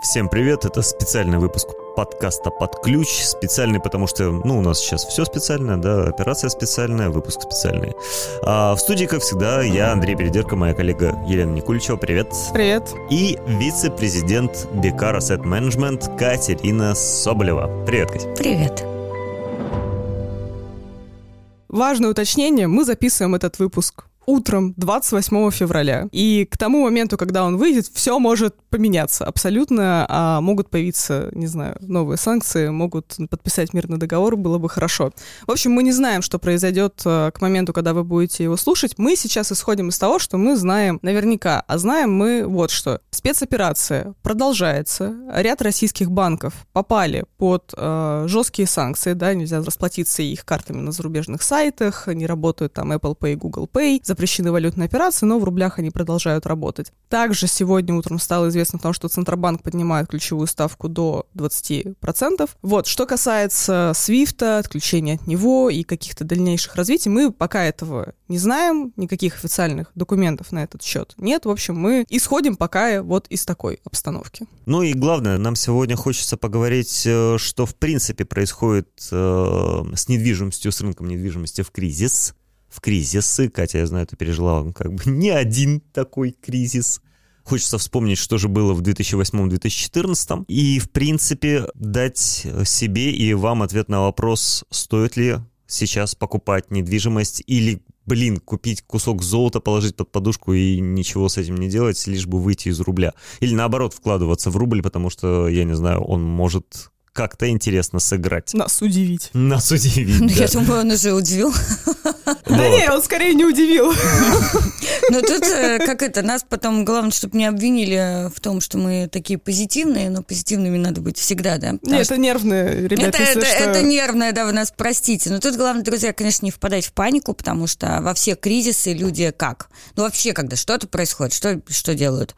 Всем привет, это специальный выпуск подкаста «Под ключ». Специальный, потому что, у нас сейчас все специальное, да, операция специальная, выпуск специальный. А в студии, как всегда, я, Андрей Передерко, моя коллега Елена Никуличева, привет. Привет. И вице-президент Бекар Asset Management Катерина Соболева. Привет, Катя. Привет. Важное уточнение, мы записываем этот выпуск утром 28 февраля. И к тому моменту, когда он выйдет, все может поменяться абсолютно, а могут появиться, не знаю, новые санкции, могут подписать мирный договор, было бы хорошо. В общем, мы не знаем, что произойдет к моменту, когда вы будете его слушать. Мы сейчас исходим из того, что мы знаем наверняка. А знаем мы вот что. Спецоперация продолжается. Ряд российских банков попали под жесткие санкции, да, нельзя расплатиться их картами на зарубежных сайтах, не работают там Apple Pay, Google Pay, запрещены валютные операции, но в рублях они продолжают работать. Также сегодня утром стало известно о том, что Центробанк поднимает ключевую ставку до 20%. Вот, что касается SWIFT, отключения от него и каких-то дальнейших развитий, мы пока этого не знаем, никаких официальных документов на этот счет нет. В общем, мы исходим пока вот из такой обстановки. Ну и главное, нам сегодня хочется поговорить, что в принципе происходит с недвижимостью, с рынком недвижимости в кризисы. Катя, я знаю, ты пережила не один такой кризис. Хочется вспомнить, что же было в 2008-2014. И, в принципе, дать себе и вам ответ на вопрос, стоит ли сейчас покупать недвижимость или, купить кусок золота, положить под подушку и ничего с этим не делать, лишь бы выйти из рубля. Или, наоборот, вкладываться в рубль, потому что, я не знаю, он может как-то интересно сыграть. Нас удивить, да. Я думаю, он уже удивил. Да не, он скорее не удивил. Но тут, нас потом, главное, чтобы не обвинили в том, что мы такие позитивные, но позитивными надо быть всегда, да? Нет, это нервные, ребята, это нервное, да, вы нас простите. Но тут главное, друзья, конечно, не впадать в панику, потому что во все кризисы люди как? Вообще, когда что-то происходит, что делают?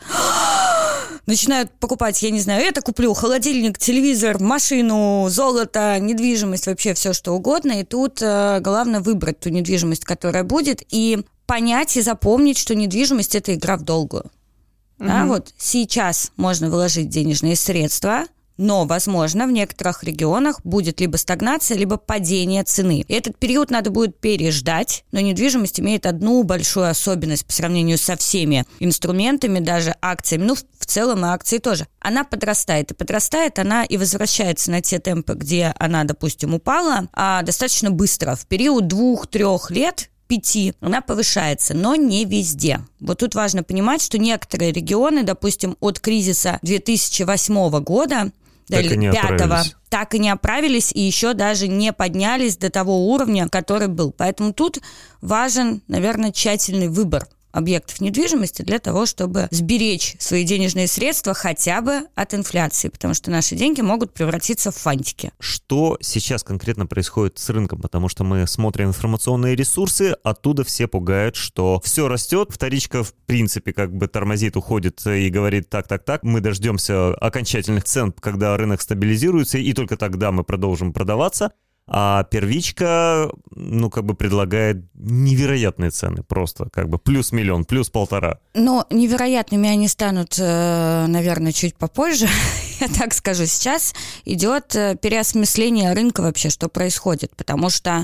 Начинают покупать, я не знаю, это куплю холодильник, телевизор, машину, золото, недвижимость, вообще все что угодно. И тут главное выбрать ту недвижимость, которая будет, и понять и запомнить, что недвижимость – это игра в долгую. Да, вот сейчас можно вложить денежные средства, но, возможно, в некоторых регионах будет либо стагнация, либо падение цены. И этот период надо будет переждать, но недвижимость имеет одну большую особенность по сравнению со всеми инструментами, даже акциями, в целом и акции тоже. Она подрастает, и подрастает она и возвращается на те темпы, где она, допустим, упала, достаточно быстро. В период 2-3 лет 5 она повышается, но не везде. Вот тут важно понимать, что некоторые регионы, допустим, от кризиса 2008 года или 5-го, так и не оправились и еще даже не поднялись до того уровня, который был. Поэтому тут важен, наверное, тщательный выбор объектов недвижимости для того, чтобы сберечь свои денежные средства хотя бы от инфляции, потому что наши деньги могут превратиться в фантики. Что сейчас конкретно происходит с рынком? Потому что мы смотрим информационные ресурсы, оттуда все пугают, что все растет, вторичка в принципе тормозит, уходит и говорит так, мы дождемся окончательных цен, когда рынок стабилизируется, и только тогда мы продолжим продаваться. А первичка, предлагает невероятные цены, просто плюс 1 миллион, плюс 1,5. Но невероятными они станут, наверное, чуть попозже. Я так скажу, сейчас идет переосмысление рынка вообще, что происходит, потому что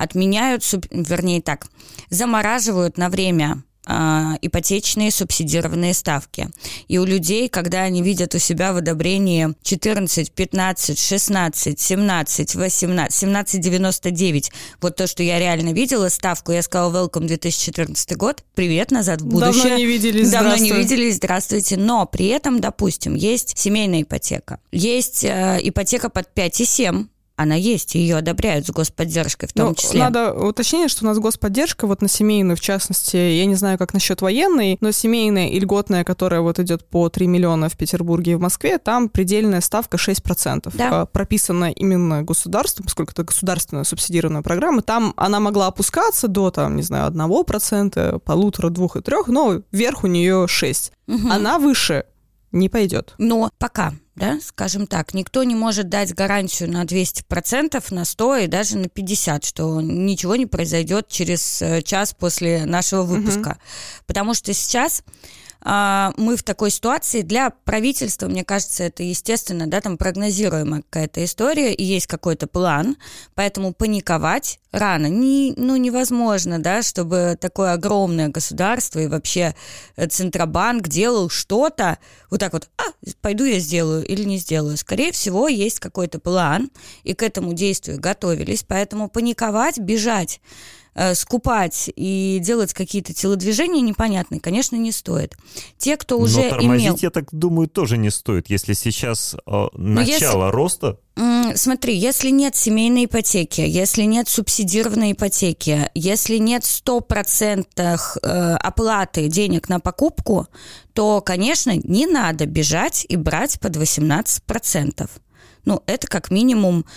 замораживают на время ипотечные субсидированные ставки. И у людей, когда они видят у себя в одобрении 14, 15, 16, 17, 18, 17,99, вот то, что я реально видела, ставку, я сказала welcome 2014 год, привет, назад в будущее. Давно не виделись, здравствуйте. Но при этом, допустим, есть семейная ипотека, есть ипотека под 5,7, она есть, ее одобряют с господдержкой в том числе. Надо уточнить, что у нас господдержка на семейную, в частности, я не знаю, как насчет военной, но семейная и льготная, которая идет по 3 миллиона в Петербурге и в Москве, там предельная ставка 6%. Да. Прописана именно государством, поскольку это государственная субсидированная программа. Там она могла опускаться до, 1%, 1,5%, 2 и 3, но вверх у нее 6%. Угу. Она выше не пойдет. Но пока, да, скажем так, никто не может дать гарантию на 200%, на 100 и даже на 50%, что ничего не произойдет через час после нашего выпуска. Потому что сейчас мы в такой ситуации, для правительства, мне кажется, это естественно, да, там прогнозируемая какая-то история, и есть какой-то план, поэтому паниковать рано. Невозможно, да, чтобы такое огромное государство и вообще Центробанк делал что-то вот так вот, пойду я сделаю или не сделаю. Скорее всего, есть какой-то план, и к этому действию готовились, поэтому паниковать, бежать, скупать и делать какие-то телодвижения непонятные, конечно, не стоит. Те, кто уже Но тормозить, имел... я так думаю, тоже не стоит, если сейчас начало роста. Смотри, если нет семейной ипотеки, если нет субсидированной ипотеки, если нет 100% оплаты денег на покупку, то, конечно, не надо бежать и брать под 18%. Это как минимум,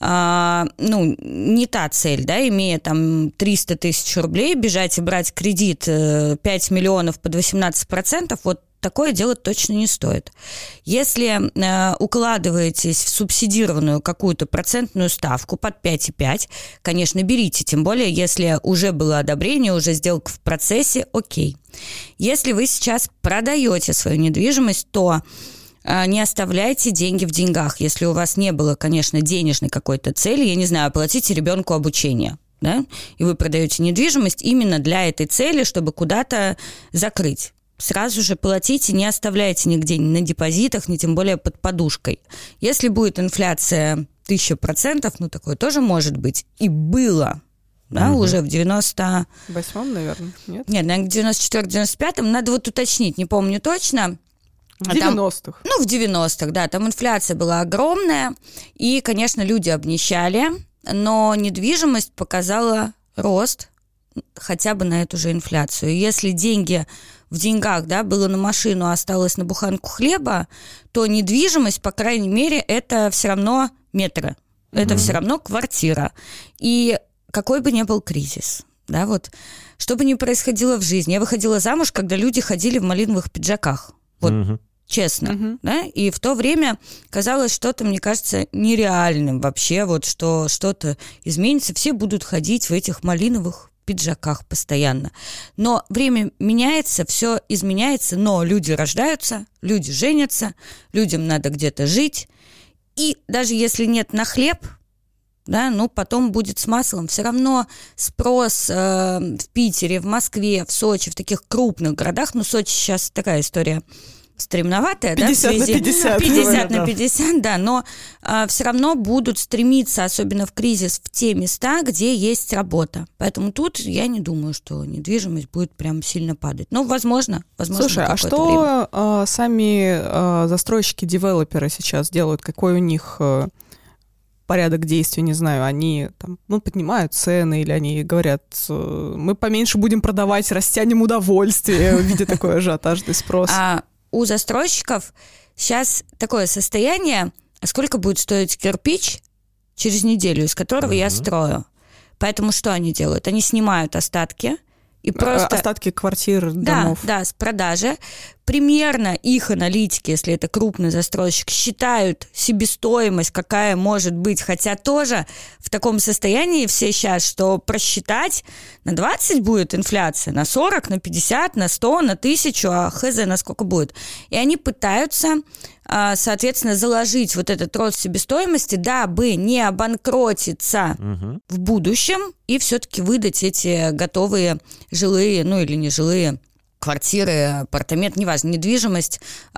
не та цель, да, имея там 300 тысяч рублей, бежать и брать кредит 5 миллионов под 18%, вот такое делать точно не стоит. Если укладываетесь в субсидированную какую-то процентную ставку под 5,5, конечно, берите, тем более, если уже было одобрение, уже сделка в процессе, окей. Если вы сейчас продаете свою недвижимость, то не оставляйте деньги в деньгах. Если у вас не было, конечно, денежной какой-то цели, я не знаю, оплатите ребенку обучение, да, и вы продаете недвижимость именно для этой цели, чтобы куда-то закрыть. Сразу же платите, не оставляйте нигде ни на депозитах, ни тем более под подушкой. Если будет инфляция 1000%, такое тоже может быть, и было, да, уже в 98-м, наверное, нет? Нет, наверное, в 94-95-м, надо вот уточнить, не помню точно. В 90-х. В 90-х, да, там инфляция была огромная, и, конечно, люди обнищали, но недвижимость показала рост хотя бы на эту же инфляцию. И если деньги в деньгах, да, было на машину, а осталось на буханку хлеба, то недвижимость, по крайней мере, это все равно метры, это все равно квартира. И какой бы ни был кризис, да, вот, что бы ни происходило в жизни. Я выходила замуж, когда люди ходили в малиновых пиджаках. Вот. Честно, да, и в то время казалось что-то, мне кажется, нереальным вообще, вот что что-то изменится, все будут ходить в этих малиновых пиджаках постоянно. Но время меняется, все изменяется, но люди рождаются, люди женятся, людям надо где-то жить, и даже если нет на хлеб, да, потом будет с маслом, все равно спрос в Питере, в Москве, в Сочи, в таких крупных городах, Сочи сейчас такая история стремноватая, 50 да, на 50. 50 на 50, да, но все равно будут стремиться, особенно в кризис, в те места, где есть работа. Поэтому тут я не думаю, что недвижимость будет прям сильно падать. Возможно. Слушай, а что сами застройщики-девелоперы сейчас делают? Какой у них порядок действий, не знаю, они там, поднимают цены, или они говорят, мы поменьше будем продавать, растянем удовольствие, видя такой ажиотажный спрос? У застройщиков сейчас такое состояние, сколько будет стоить кирпич через неделю, из которого я строю. Поэтому что они делают? Они снимают остатки и просто... Остатки квартир, домов. Да, с продажи. Примерно их аналитики, если это крупный застройщик, считают себестоимость, какая может быть, хотя тоже в таком состоянии все сейчас, что просчитать на 20 будет инфляция, на 40, на 50, на 100, на 1000, а хз на сколько будет. И они пытаются, соответственно, заложить вот этот рост себестоимости, дабы не обанкротиться в будущем и все-таки выдать эти готовые жилые, или нежилые квартиры, апартамент, неважно, недвижимость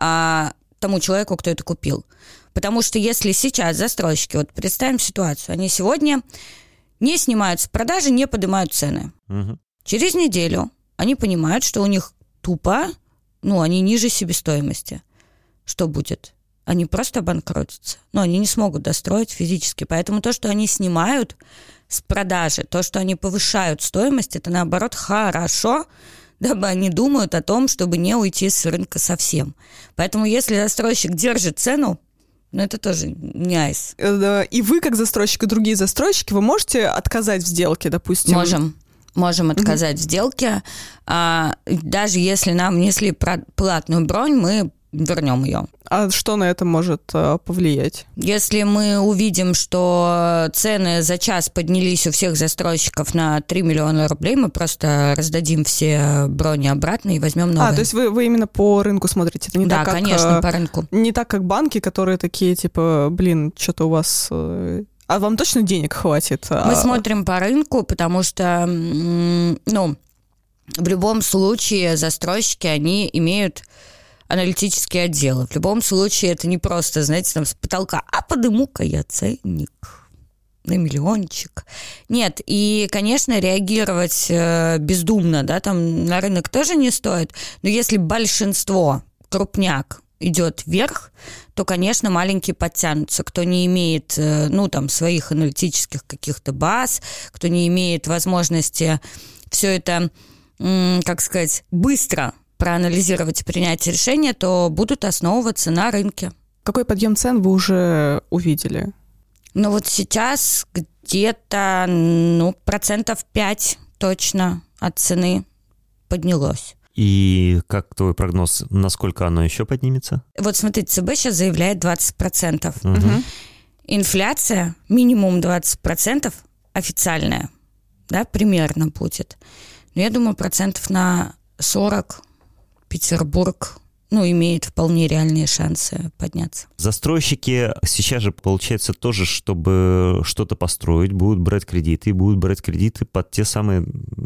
тому человеку, кто это купил. Потому что если сейчас застройщики, вот представим ситуацию, они сегодня не снимают с продажи, не поднимают цены. Через неделю они понимают, что у них тупо, они ниже себестоимости. Что будет? Они просто обанкротятся. Они не смогут достроить физически. Поэтому то, что они снимают с продажи, то, что они повышают стоимость, это наоборот хорошо, дабы они думают о том, чтобы не уйти с рынка совсем. Поэтому если застройщик держит цену, это тоже не айс. И вы, как застройщик, и другие застройщики, вы можете отказать в сделке, допустим? Можем отказать в сделке. Даже если нам внесли платную бронь, мы вернем ее. А что на это может повлиять? Если мы увидим, что цены за час поднялись у всех застройщиков на 3 миллиона рублей, мы просто раздадим все брони обратно и возьмем новые. То есть вы именно по рынку смотрите? Это не да, так, как, конечно, по рынку. Не так, как банки, которые такие, типа, что-то у вас... А вам точно денег хватит? Мы смотрим по рынку, потому что, в любом случае застройщики, они имеют аналитические отделы. В любом случае это не просто, знаете, там с потолка, подыму-ка я ценник на миллиончик. Нет, и, конечно, реагировать бездумно, да, там на рынок тоже не стоит, но если большинство, крупняк, идет вверх, то, конечно, маленькие подтянутся. Кто не имеет, своих аналитических каких-то баз, кто не имеет возможности все это, быстро проанализировать и принять решение, то будут основываться на рынке. Какой подъем цен вы уже увидели? Вот сейчас где-то, 5% точно от цены поднялось. И как твой прогноз, насколько оно еще поднимется? Вот смотрите, ЦБ сейчас заявляет 20%. Угу. Инфляция минимум 20% официальная, да, примерно будет. Но я думаю, процентов на 40 Петербург, имеет вполне реальные шансы подняться. Застройщики сейчас же, получается, тоже, чтобы что-то построить, будут брать кредиты под те самые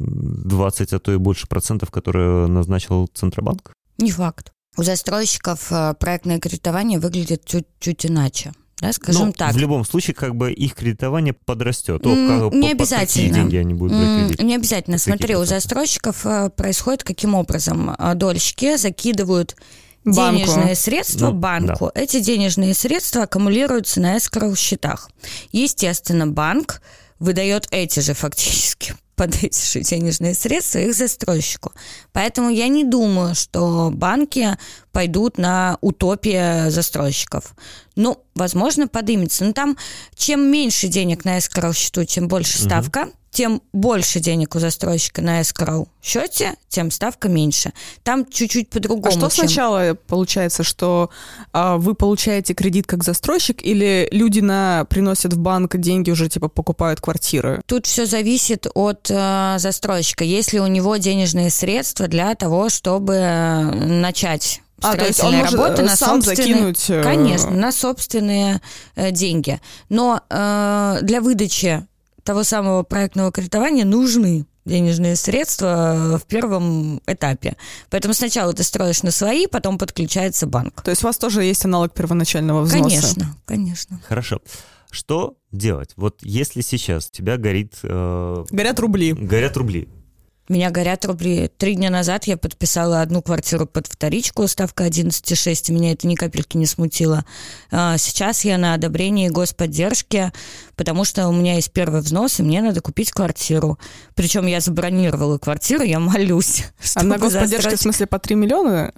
20, а то и больше процентов, которые назначил Центробанк? Не факт. У застройщиков проектное кредитование выглядит чуть иначе. Да, скажем так. В любом случае, их кредитование подрастет. Не обязательно. Под какие деньги они будут брать кредит? Не обязательно. Смотри, у застройщиков происходит каким образом? Дольщики закидывают денежные средства банку. Да. Эти денежные средства аккумулируются на эскроу-счетах. Естественно, банк выдает эти же фактически под эти же денежные средства их застройщику. Поэтому я не думаю, что банки пойдут на утопию застройщиков. Возможно, подымется. Но там чем меньше денег на эскроу-счету, тем больше ставка, тем больше денег у застройщика на эскроу-счете, тем ставка меньше. Там чуть-чуть по-другому. А что сначала получается, что вы получаете кредит как застройщик, или люди приносят в банк деньги, уже покупают квартиры? Тут все зависит от застройщика. Есть ли у него денежные средства для того, чтобы начать строительные работы на закинуть... Конечно, на собственные деньги. Но для выдачи того самого проектного кредитования нужны денежные средства в первом этапе. Поэтому сначала ты строишь на свои, потом подключается банк. То есть у вас тоже есть аналог первоначального взноса? Конечно. Хорошо. Что делать? Вот если сейчас у тебя горят рубли. Горят рубли. У меня горят рубли. 3 дня назад я подписала одну квартиру под вторичку, ставка 11,6, меня это ни капельки не смутило. Сейчас я на одобрении господдержки, потому что у меня есть первый взнос, и мне надо купить квартиру. Причем я забронировала квартиру, я молюсь. А на господдержке, в смысле, по 3 миллиона?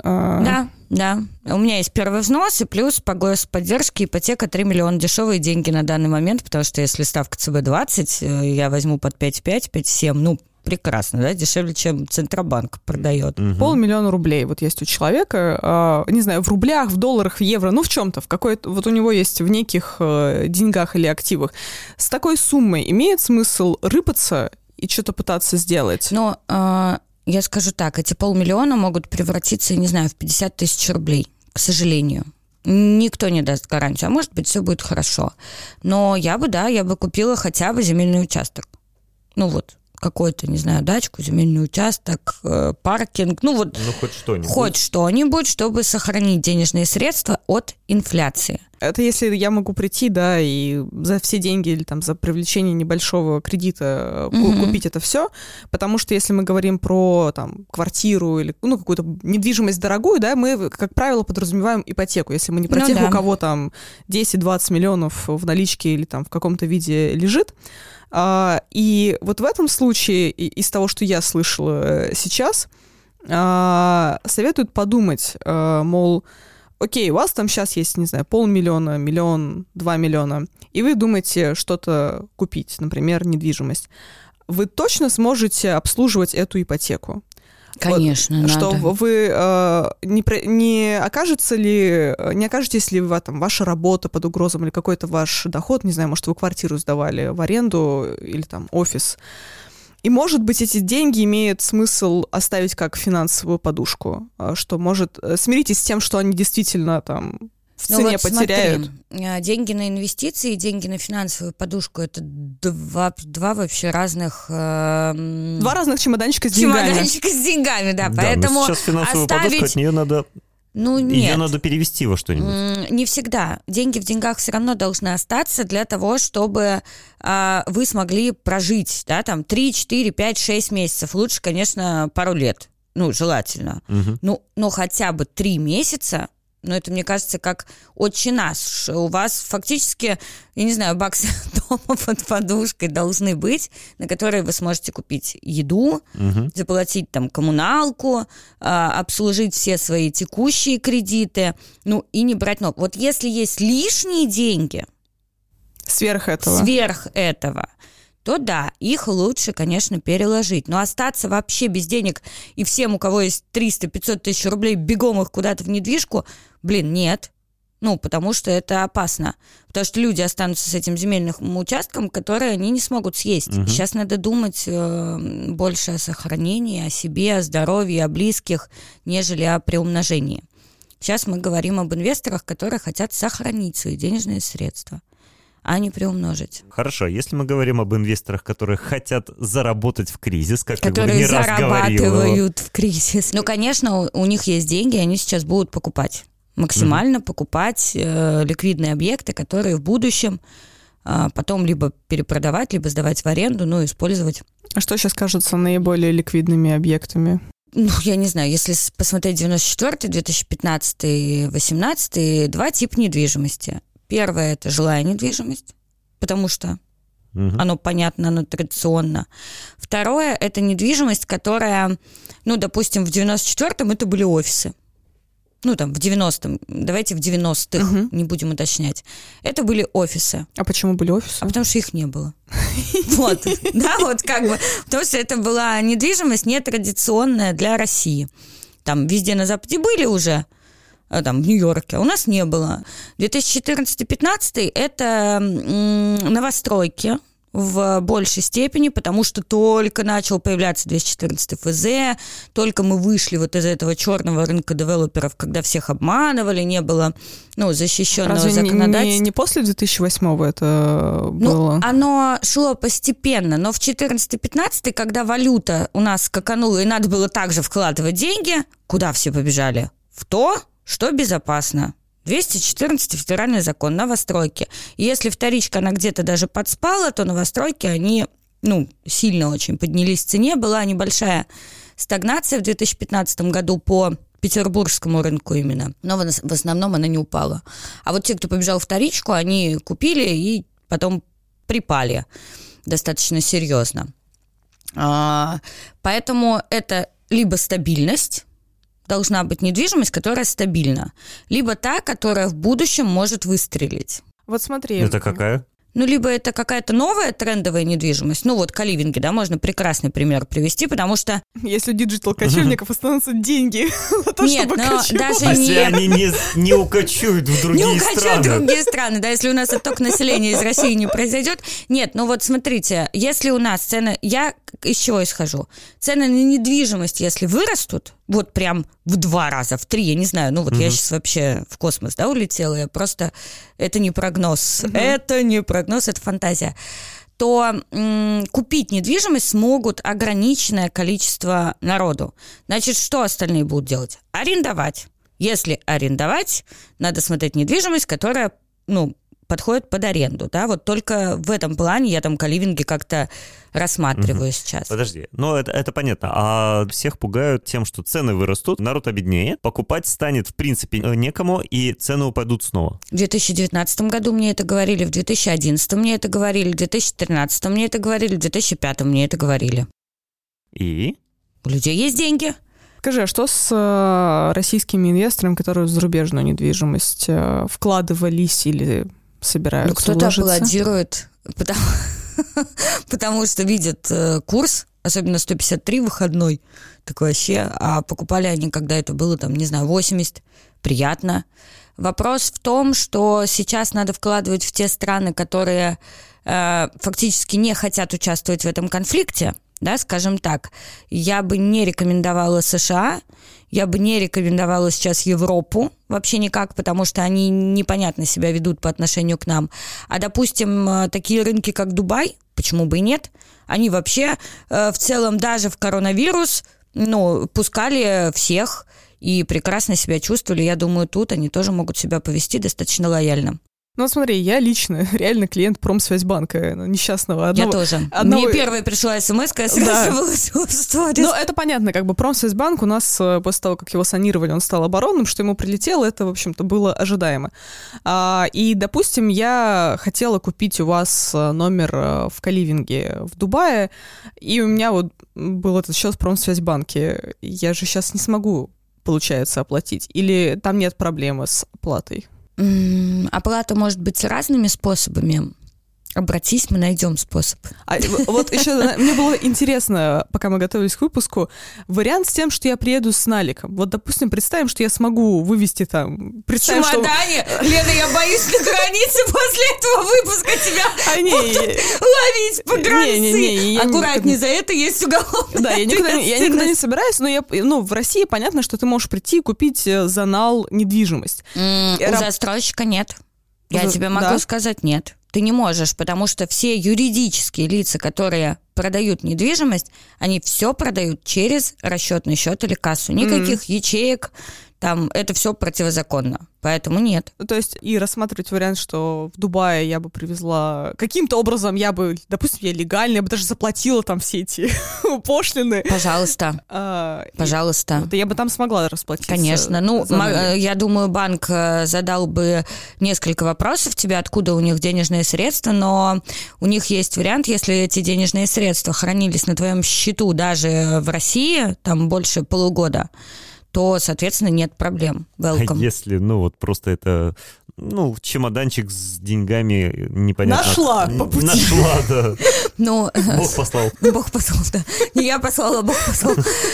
Да. У меня есть первый взнос, и плюс по господдержке ипотека 3 миллиона. Дешевые деньги на данный момент, потому что если ставка ЦБ 20, я возьму под 5,5, 5,7, прекрасно, да, дешевле, чем Центробанк продает. 500 000 рублей вот есть у человека, не знаю, в рублях, в долларах, в евро, в чем-то, в какой-то, вот у него есть в неких деньгах или активах. С такой суммой имеет смысл рыпаться и что-то пытаться сделать? Я скажу так, эти 500 000 могут превратиться, я не знаю, в 50 000 рублей, к сожалению. Никто не даст гарантию, а может быть, все будет хорошо. Но я бы купила хотя бы земельный участок. Какой-то, не знаю, дачку, земельный участок, паркинг, хоть что-нибудь. Хоть что-нибудь, чтобы сохранить денежные средства от инфляции. Это если я могу прийти, да, и за все деньги или там за привлечение небольшого кредита купить это все, потому что если мы говорим про там квартиру или какую-то недвижимость дорогую, да, мы, как правило, подразумеваем ипотеку. Если мы не про тех, у кого там 10-20 миллионов в наличке или там в каком-то виде лежит. И вот в этом случае, из того, что я слышала сейчас, советуют подумать, мол, окей, у вас там сейчас есть, не знаю, 500 000, 1 миллион, 2 миллиона, и вы думаете что-то купить, например, недвижимость. Вы точно сможете обслуживать эту ипотеку? Конечно, вот, надо. что вы не окажетесь ли ваша работа под угрозом или какой-то ваш доход, не знаю, может, вы квартиру сдавали в аренду или там офис. И, может быть, эти деньги имеет смысл оставить как финансовую подушку, что может... Смиритесь с тем, что они действительно там в цене потеряют. Смотри, деньги на инвестиции и деньги на финансовую подушку — это два вообще разных... Два разных чемоданчика с деньгами. Чемоданчика с деньгами, да. Поэтому сейчас финансовую подушку, от нее надо... Ее надо перевести во что-нибудь. Не всегда. Деньги в деньгах все равно должны остаться для того, чтобы вы смогли прожить, да, там 3, 4, 5, 6 месяцев. Лучше, конечно, пару лет. Желательно. Угу. Но хотя бы 3 месяца. Но это, мне кажется, как «Отче наш». У вас фактически, я не знаю, баксы дома под подушкой должны быть, на которые вы сможете купить еду, заплатить там коммуналку, обслужить все свои текущие кредиты, и не брать много. Вот если есть лишние деньги... Сверх этого, то да, их лучше, конечно, переложить. Но остаться вообще без денег и всем, у кого есть 300-500 тысяч рублей, бегом их куда-то в недвижку, нет. Потому что это опасно. Потому что люди останутся с этим земельным участком, который они не смогут съесть. Сейчас надо думать больше о сохранении, о себе, о здоровье, о близких, нежели о приумножении. Сейчас мы говорим об инвесторах, которые хотят сохранить свои денежные средства, а не приумножить. Хорошо, если мы говорим об инвесторах, которые хотят заработать в кризис, которые не раз зарабатывают в кризис. Конечно, у них есть деньги, они сейчас будут покупать. Максимально покупать ликвидные объекты, которые в будущем потом либо перепродавать, либо сдавать в аренду, использовать. А что сейчас кажется наиболее ликвидными объектами? Я не знаю, если посмотреть 94-й, 2015-й, 2018-й, 2 типа недвижимости. Первое – это жилая недвижимость, потому что оно понятно, оно традиционно. Второе – это недвижимость, которая, допустим, в 94-м это были офисы. В 90-м, давайте в 90-х, не будем уточнять. Это были офисы. А почему были офисы? А потому что их не было. Потому что это была недвижимость нетрадиционная для России. Там везде на Западе были уже, там в Нью-Йорке, а у нас не было. 2014-2015 это новостройки в большей степени, потому что только начал появляться 214 ФЗ, только мы вышли из этого черного рынка девелоперов, когда всех обманывали, не было защищенного законодательства. Разве не после 2008-го это было? Оно шло постепенно, но в 2014-2015, когда валюта у нас скаканула, и надо было также вкладывать деньги, куда все побежали? В то, что безопасно. 214 федеральный закон, новостройки. И если вторичка, она где-то даже подспала, то новостройки, они, сильно очень поднялись в цене. Была небольшая стагнация в 2015 году по петербургскому рынку именно. Но в основном она не упала. А вот те, кто побежал вторичку, они купили и потом припали достаточно серьезно. Поэтому это либо стабильность, должна быть недвижимость, которая стабильна, либо та, которая в будущем может выстрелить. Вот смотри. Это какая? Либо это какая-то новая трендовая недвижимость, каливинги, да, можно прекрасный пример привести, потому что... Если у диджитал-кочевников останутся деньги на то, чтобы кочевать. Даже если они не укочуют в другие страны. Не укочуют в другие страны, да, если у нас отток населения из России не произойдет. Нет, смотрите, если у нас цены... Я из чего исхожу? Цены на недвижимость, если вырастут, прям в 2 раза, в 3, я не знаю, я сейчас вообще в космос, да, улетела, я просто... Это не прогноз, это не прогноз, это фантазия. То купить недвижимость смогут ограниченное количество народу. Значит, что остальные будут делать? Арендовать. Если арендовать, надо смотреть недвижимость, которая, подходит под аренду, да, только в этом плане я там каливинги как-то рассматриваю сейчас. Подожди, это понятно, а всех пугают тем, что цены вырастут, народ обеднеет, покупать станет в принципе некому, и цены упадут снова. В 2019 году мне это говорили, в 2011 мне это говорили, в 2013 мне это говорили, в 2005 мне это говорили. И? У людей есть деньги. Скажи, а что с российскими инвесторами, которые в зарубежную недвижимость вкладывались или собираются кто-то вложиться? аплодирует, потому что видят курс, особенно 153 выходной, Так вообще, а покупали они, когда это было, там, не знаю, 80, приятно. Вопрос в том, что сейчас надо вкладывать в те страны, которые фактически не хотят участвовать в этом конфликте, да, скажем так. Я бы не рекомендовала США, я бы не рекомендовала сейчас Европу вообще никак, потому что они непонятно себя ведут по отношению к нам. А, допустим, такие рынки, как Дубай, почему бы и нет, они вообще в целом даже в коронавирус, пускали всех и прекрасно себя чувствовали. Я думаю, тут они тоже могут себя повести достаточно лояльно. Ну, смотри, я лично реально клиент Промсвязьбанка несчастного. Я тоже. Мне первая пришла смс-ка, я скачивалась в сторис. Ну, это понятно, как бы Промсвязьбанк у нас после того, как его санировали, он стал оборонным, что ему прилетело, это, в общем-то, было ожидаемо. И, допустим, я хотела купить у вас номер в коливинге в Дубае, и у меня вот был этот счет в Промсвязьбанке. Я же сейчас не смогу, получается, оплатить. Или там нет проблемы с оплатой? Оплата может быть разными способами. Обратись, мы найдем способ. Вот еще мне было интересно, пока мы готовились к выпуску, вариант с тем, что я приеду с наликом. Вот, допустим, представим, что я смогу вывести там... Чемодане? Лена, я боюсь, на границе после этого выпуска тебя будут ловить погранцы. Аккуратнее, за это есть уголовная. Да, я никуда не собираюсь, но в России понятно, что ты можешь прийти и купить за нал недвижимость. У застройщика нет. Я тебе могу сказать нет. Ты не можешь, потому что все юридические лица, которые продают недвижимость, они все продают через расчетный счет или кассу. Никаких ячеек, там это все противозаконно. Поэтому нет. То есть и рассматривать вариант, что в Дубае я бы привезла... Каким-то образом я бы, допустим, я легально, я бы даже заплатила там все эти пошлины. Пожалуйста. Пожалуйста. Я бы там смогла расплатиться. Конечно. Я думаю, банк задал бы несколько вопросов тебе, откуда у них денежные средства, но у них есть вариант, если эти денежные средства хранились на твоем счету даже в России, там больше полугода, то, соответственно, нет проблем. Welcome. А если, просто это, чемоданчик с деньгами непонятно... Нашла по пути. Нашла, да. Бог послал. Бог послал, да. Не я послала, Бог послал.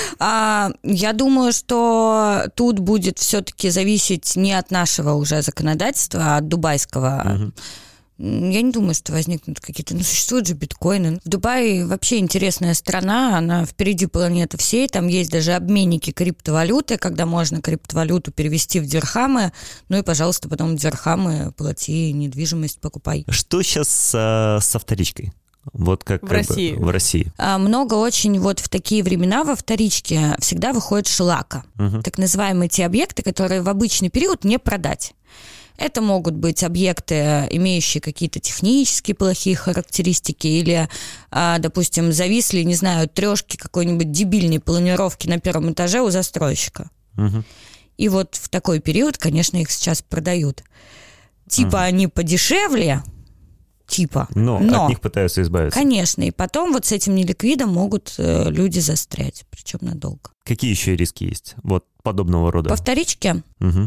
Я думаю, что тут будет все-таки зависеть не от нашего уже законодательства, а от дубайского. Я не думаю, что возникнут какие-то... существуют же биткоины. В Дубае вообще интересная страна, она впереди планеты всей, там есть даже обменники криптовалюты, когда можно криптовалюту перевести в дирхамы, и, пожалуйста, потом дирхамы плати, недвижимость покупай. Что сейчас со вторичкой? Вот как в России. В России. Много очень в такие времена во вторичке всегда выходит шлака. Так называемые те объекты, которые в обычный период не продать. Это могут быть объекты, имеющие какие-то технические плохие характеристики или, допустим, зависли, не знаю, трешки какой-нибудь дебильной планировки на первом этаже у застройщика. И вот в такой период, конечно, их сейчас продают. Они подешевле, но от них пытаются избавиться. Конечно, и потом с этим неликвидом могут люди застрять, причем надолго. Какие еще риски есть подобного рода? По вторичке?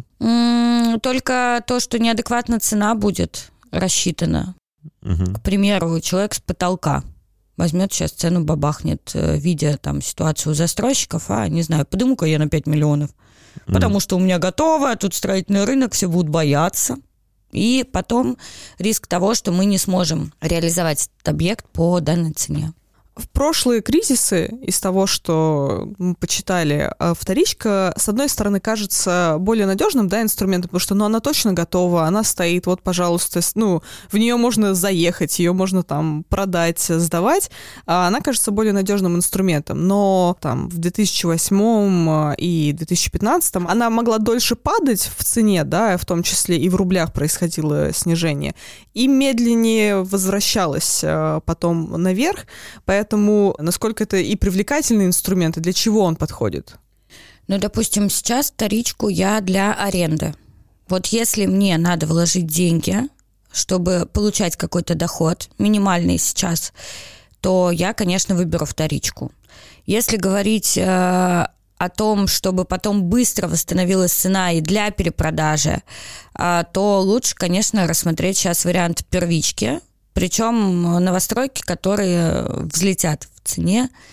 Только то, что неадекватно цена будет рассчитана. К примеру, человек с потолка возьмет сейчас цену, бабахнет, видя там ситуацию у застройщиков, не знаю, подыму-ка я на 5 миллионов, потому что у меня готово, тут строительный рынок, все будут бояться. И потом риск того, что мы не сможем реализовать этот объект по данной цене. В прошлые кризисы, из того, что мы почитали, вторичка, с одной стороны, кажется более надежным, инструментом, потому что, она точно готова, она стоит, пожалуйста, в нее можно заехать, ее можно там продать, сдавать, а она кажется более надежным инструментом. Но там в 2008 и 2015 она могла дольше падать в цене, в том числе и в рублях происходило снижение, и медленнее возвращалась потом наверх, поэтому насколько это и привлекательный инструмент, и для чего он подходит? Допустим, сейчас вторичку я для аренды. Если мне надо вложить деньги, чтобы получать какой-то доход, минимальный сейчас, то я, конечно, выберу вторичку. Если говорить о том, чтобы потом быстро восстановилась цена и для перепродажи, то лучше, конечно, рассмотреть сейчас вариант первички, причем новостройки, которые взлетят в цене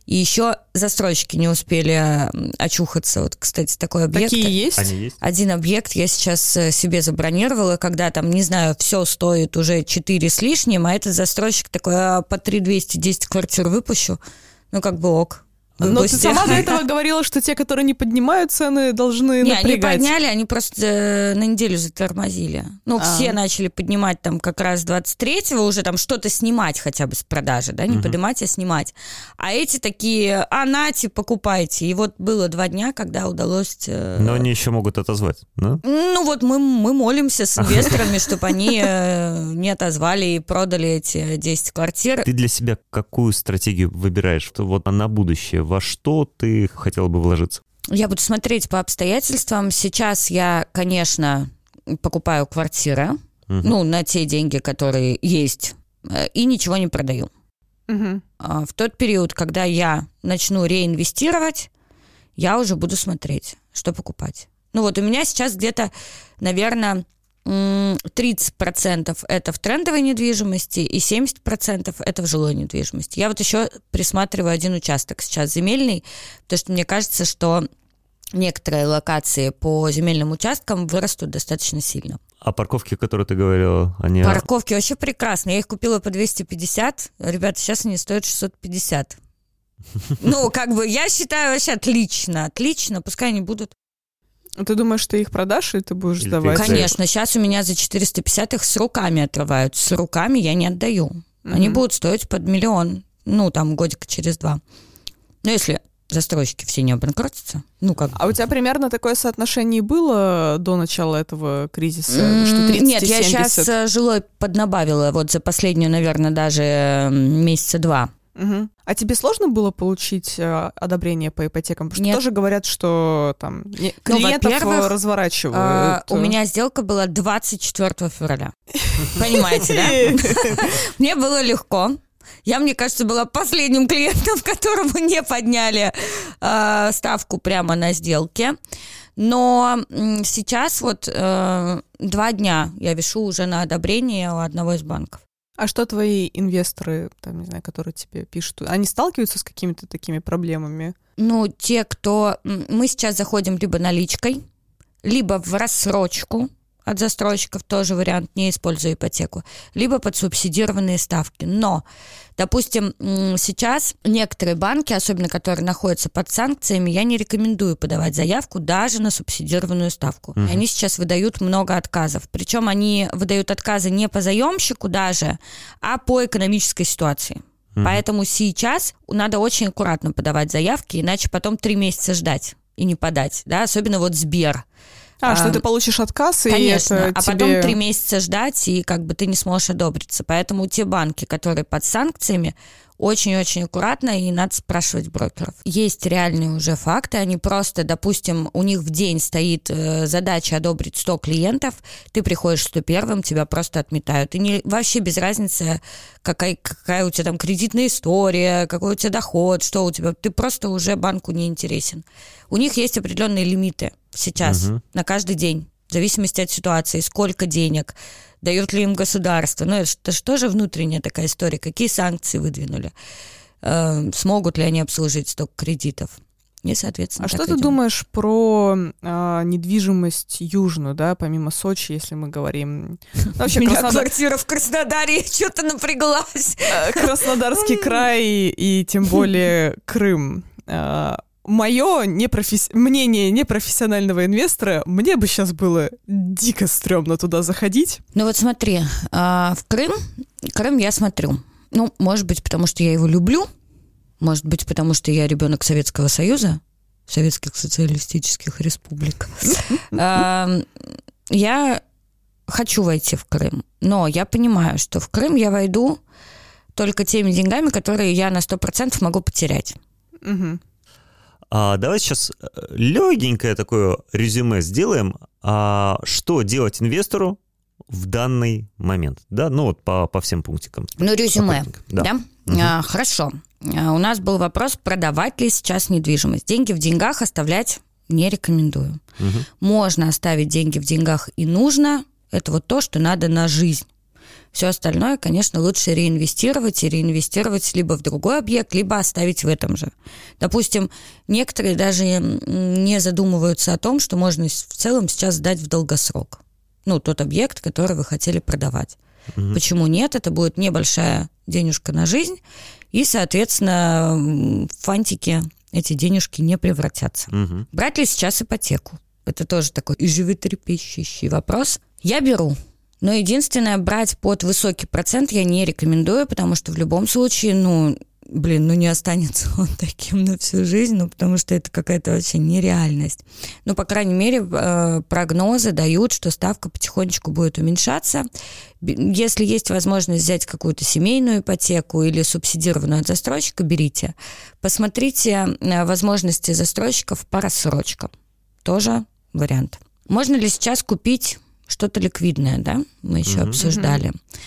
И еще застройщики не успели очухаться. Вот, кстати, такой объект. Такие есть? Они есть? Один объект я сейчас себе забронировала, когда там, не знаю, все стоит уже 4 с лишним, а этот застройщик такой, по 3200 10 квартир выпущу. Ну, как бы ок. Но ты сама до этого говорила, что те, которые не поднимают цены, должны напрягать. Не, они подняли, они просто на неделю затормозили. Ну, все начали поднимать там как раз 23-го, уже там что-то снимать хотя бы с продажи, да, не поднимать, а снимать. А эти такие, нате, покупайте. И вот было 2 дня, когда удалось... Но они еще могут отозвать, да? Ну, вот мы молимся с инвесторами, чтобы они не отозвали и продали эти 10 квартир. Ты для себя какую стратегию выбираешь? Вот на будущее, во что ты хотела бы вложиться? Я буду смотреть по обстоятельствам. Сейчас я, конечно, покупаю квартиры, ну, на те деньги, которые есть, и ничего не продаю. В тот период, когда я начну реинвестировать, я уже буду смотреть, что покупать. Ну, вот у меня сейчас где-то, наверное, 30% это в трендовой недвижимости и 70% это в жилой недвижимости. Я вот еще присматриваю один участок сейчас земельный, потому что мне кажется, что некоторые локации по земельным участкам вырастут достаточно сильно. А парковки, которые ты говорила, они... Парковки вообще прекрасные. Я их купила по 250. Ребята, сейчас они стоят 650. Ну, как бы, я считаю вообще отлично. Отлично, пускай они будут. Ты думаешь, ты их продашь, и ты будешь Или сдавать? Конечно, сейчас у меня за 450 их с руками отрывают. С руками я не отдаю. Они будут стоить под 1 миллион. Ну, там, годика через 2. Ну, если застройщики все не обанкротятся. Ну, как... А у тебя примерно такое соотношение было до начала этого кризиса? Что 30 Нет, и я 70? сейчас жилой поднабавила. Вот за последнюю, наверное, даже месяца 2. А тебе сложно было получить одобрение по ипотекам? Потому что Нет. тоже говорят, что там клиентов разворачивают. У меня сделка была 24 февраля. Понимаете, да? Мне было легко. Я, мне кажется, была последним клиентом, которому не подняли ставку прямо на сделке. Но сейчас вот 2 дня я вишу уже на одобрение у одного из банков. А что твои инвесторы, там, не знаю, которые тебе пишут, они сталкиваются с какими-то такими проблемами? Ну, те, кто... Мы сейчас заходим либо наличкой, либо в рассрочку. От застройщиков тоже вариант, не используя ипотеку, либо под субсидированные ставки. Но, допустим, сейчас некоторые банки, особенно которые находятся под санкциями, я не рекомендую подавать заявку даже на субсидированную ставку. И они сейчас выдают много отказов. Причем они выдают отказы не по заемщику даже, а по экономической ситуации. Поэтому сейчас надо очень аккуратно подавать заявки, иначе потом 3 месяца ждать и не подать. Да? Особенно вот Сбер. Что ты получишь отказ, конечно, и это тебе... потом 3 месяца ждать, и как бы ты не сможешь одобриться. Поэтому те банки, которые под санкциями, очень-очень аккуратно, и надо спрашивать брокеров. Есть реальные уже факты, они просто, допустим, у них в день стоит задача одобрить 100 клиентов, ты приходишь 101-м, тебя просто отметают. И вообще без разницы, какая у тебя там кредитная история, какой у тебя доход, что у тебя, ты просто уже банку не интересен. У них есть определенные лимиты сейчас на каждый день, в зависимости от ситуации, сколько денег, дает ли им государство. Ну, это же тоже внутренняя такая история. Какие санкции выдвинули? Смогут ли они обслужить столько кредитов? И, соответственно, А что ты думаешь про недвижимость южную, да, помимо Сочи, если мы говорим... Вообще, квартира в Краснодаре, я что-то напряглась. Краснодарский край и тем более Крым. Мое мнение непрофессионального инвестора, мне бы сейчас было дико стрёмно туда заходить. Ну вот смотри, в Крым я смотрю. Ну, может быть, потому что я его люблю, может быть, потому что я ребенок Советского Союза, Советских Социалистических Республик. Я хочу войти в Крым, но я понимаю, что в Крым я войду только теми деньгами, которые я на 100% могу потерять. Давай сейчас легенькое такое резюме сделаем. Что делать инвестору в данный момент? Да, ну вот по всем пунктикам. Ну, резюме, да? Хорошо. У нас был вопрос, продавать ли сейчас недвижимость. Деньги в деньгах оставлять не рекомендую. Можно оставить деньги в деньгах и нужно. Это вот то, что надо на жизнь. Все остальное, конечно, лучше реинвестировать, и реинвестировать либо в другой объект, либо оставить в этом же. Допустим, некоторые даже не задумываются о том, что можно в целом сейчас сдать в долгосрок. Тот объект, который вы хотели продавать. Почему нет? Это будет небольшая денежка на жизнь, и, соответственно, в фантики эти денежки не превратятся. Брать ли сейчас ипотеку? Это тоже такой животрепещущий вопрос. Я беру. Но единственное, брать под высокий процент я не рекомендую, потому что в любом случае, не останется он таким на всю жизнь, потому что это какая-то вообще нереальность. По крайней мере, прогнозы дают, что ставка потихонечку будет уменьшаться. Если есть возможность взять какую-то семейную ипотеку или субсидированную от застройщика, берите. Посмотрите возможности застройщиков по рассрочкам. Тоже вариант. Можно ли сейчас купить что-то ликвидное, да? Мы еще обсуждали.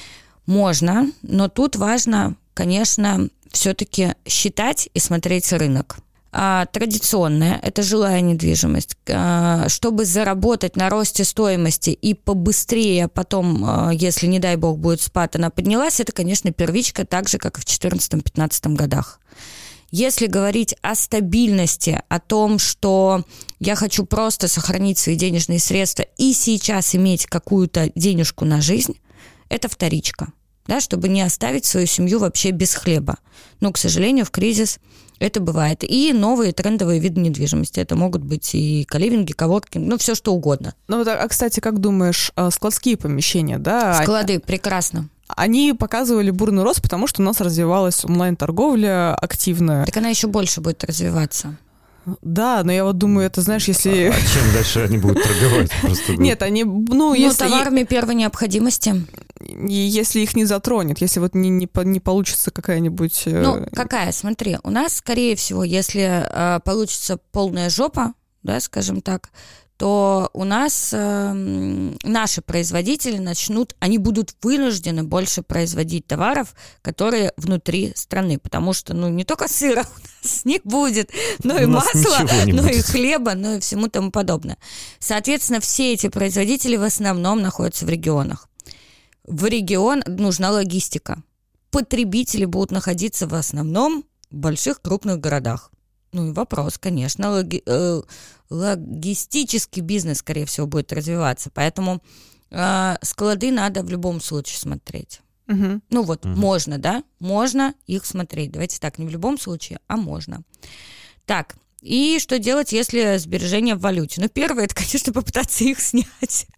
Можно, но тут важно, конечно, все-таки считать и смотреть рынок. Традиционная – это жилая недвижимость. Чтобы заработать на росте стоимости и побыстрее потом, если, не дай бог, будет спад, она поднялась, это, конечно, первичка, так же, как и в 2014-2015 годах. Если говорить о стабильности, о том, что я хочу просто сохранить свои денежные средства и сейчас иметь какую-то денежку на жизнь, это вторичка, да, чтобы не оставить свою семью вообще без хлеба. К сожалению, в кризис это бывает. И новые трендовые виды недвижимости. Это могут быть и коливинги, коворкинг, все что угодно. Кстати, как думаешь, складские помещения, да? Склады, прекрасно. Они показывали бурный рост, потому что у нас развивалась онлайн-торговля активная. Так она еще больше будет развиваться. Да, но я думаю, это, знаешь, если... А чем дальше они будут торговать? Нет, они... если... товарами первой необходимости. Если их не затронет, если не получится какая-нибудь... Какая? Смотри, у нас, скорее всего, если получится полная жопа, да, скажем так, то у нас наши производители они будут вынуждены больше производить товаров, которые внутри страны, потому что, не только сыра у нас не будет, но и масла, но и хлеба, и всему тому подобное. Соответственно, все эти производители в основном находятся в регионах. В регион нужна логистика. Потребители будут находиться в основном в больших крупных городах. И вопрос, конечно, логистический бизнес, скорее всего, будет развиваться. Поэтому склады надо в любом случае смотреть. Можно, да? Можно их смотреть. Давайте так, не в любом случае, а можно. Так, и что делать, если сбережения в валюте? Первое, это, конечно, попытаться их снять.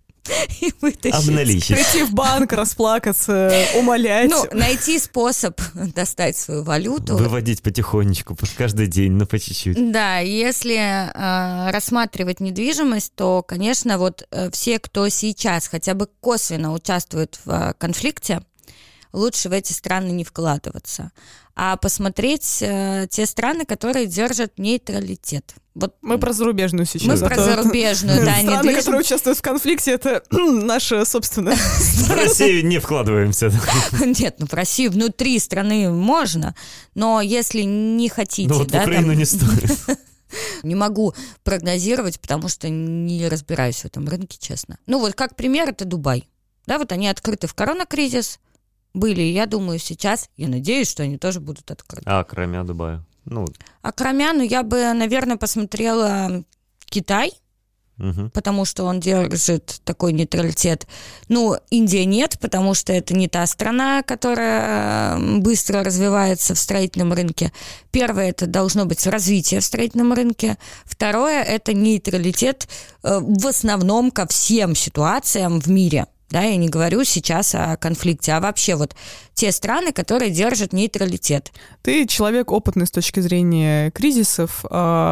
И вытащить. Обналичить. Прийти в банк, расплакаться, умолять. Найти способ достать свою валюту. Выводить потихонечку, каждый день, по чуть-чуть. Да, если рассматривать недвижимость, то, конечно, все, кто сейчас хотя бы косвенно участвует в конфликте, лучше в эти страны не вкладываться, а посмотреть те страны, которые держат нейтралитет. Мы про зарубежную сейчас. Мы про зарубежную, да, страны, которые участвуют в конфликте, это наша собственная. В Россию не вкладываемся. Нет, в Россию внутри страны можно, но если не хотите... в Украину не стоит. Не могу прогнозировать, потому что не разбираюсь в этом рынке, честно. Как пример, это Дубай. Да, они открыты в коронакризис, были, я думаю, сейчас, я надеюсь, что они тоже будут открыты. А кроме Дубая? А кроме, я бы, наверное, посмотрела Китай, потому что он держит такой нейтралитет. Индия нет, потому что это не та страна, которая быстро развивается в строительном рынке. Первое, это должно быть развитие в строительном рынке. Второе, это нейтралитет в основном ко всем ситуациям в мире. Да, я не говорю сейчас о конфликте, а вообще те страны, которые держат нейтралитет. Ты человек опытный с точки зрения кризисов.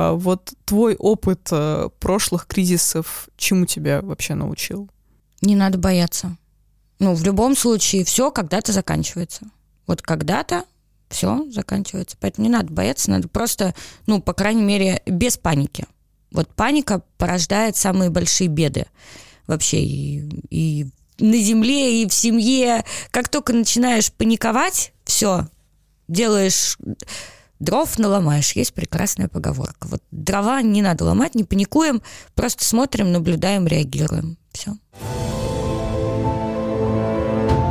Твой опыт прошлых кризисов чему тебя вообще научил? Не надо бояться. В любом случае все когда-то заканчивается. Когда-то все заканчивается. Поэтому не надо бояться, надо просто, по крайней мере, без паники. Паника порождает самые большие беды. Вообще и на земле, и в семье. Как только начинаешь паниковать, все, делаешь... Дров наломаешь. Есть прекрасная поговорка. Дрова не надо ломать, не паникуем, просто смотрим, наблюдаем, реагируем. Все.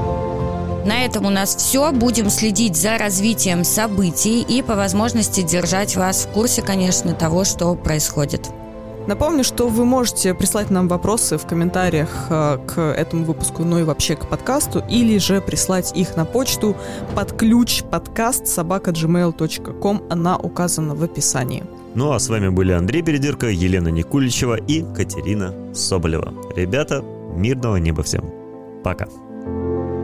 На этом у нас все. Будем следить за развитием событий и по возможности держать вас в курсе, конечно, того, что происходит. Напомню, что вы можете прислать нам вопросы в комментариях к этому выпуску, ну и вообще к подкасту, или же прислать их на почту podключ@gmail.com. Она указана в описании. Ну а с вами были Андрей Бередырко, Елена Никуличева и Катерина Соболева. Ребята, мирного неба всем. Пока.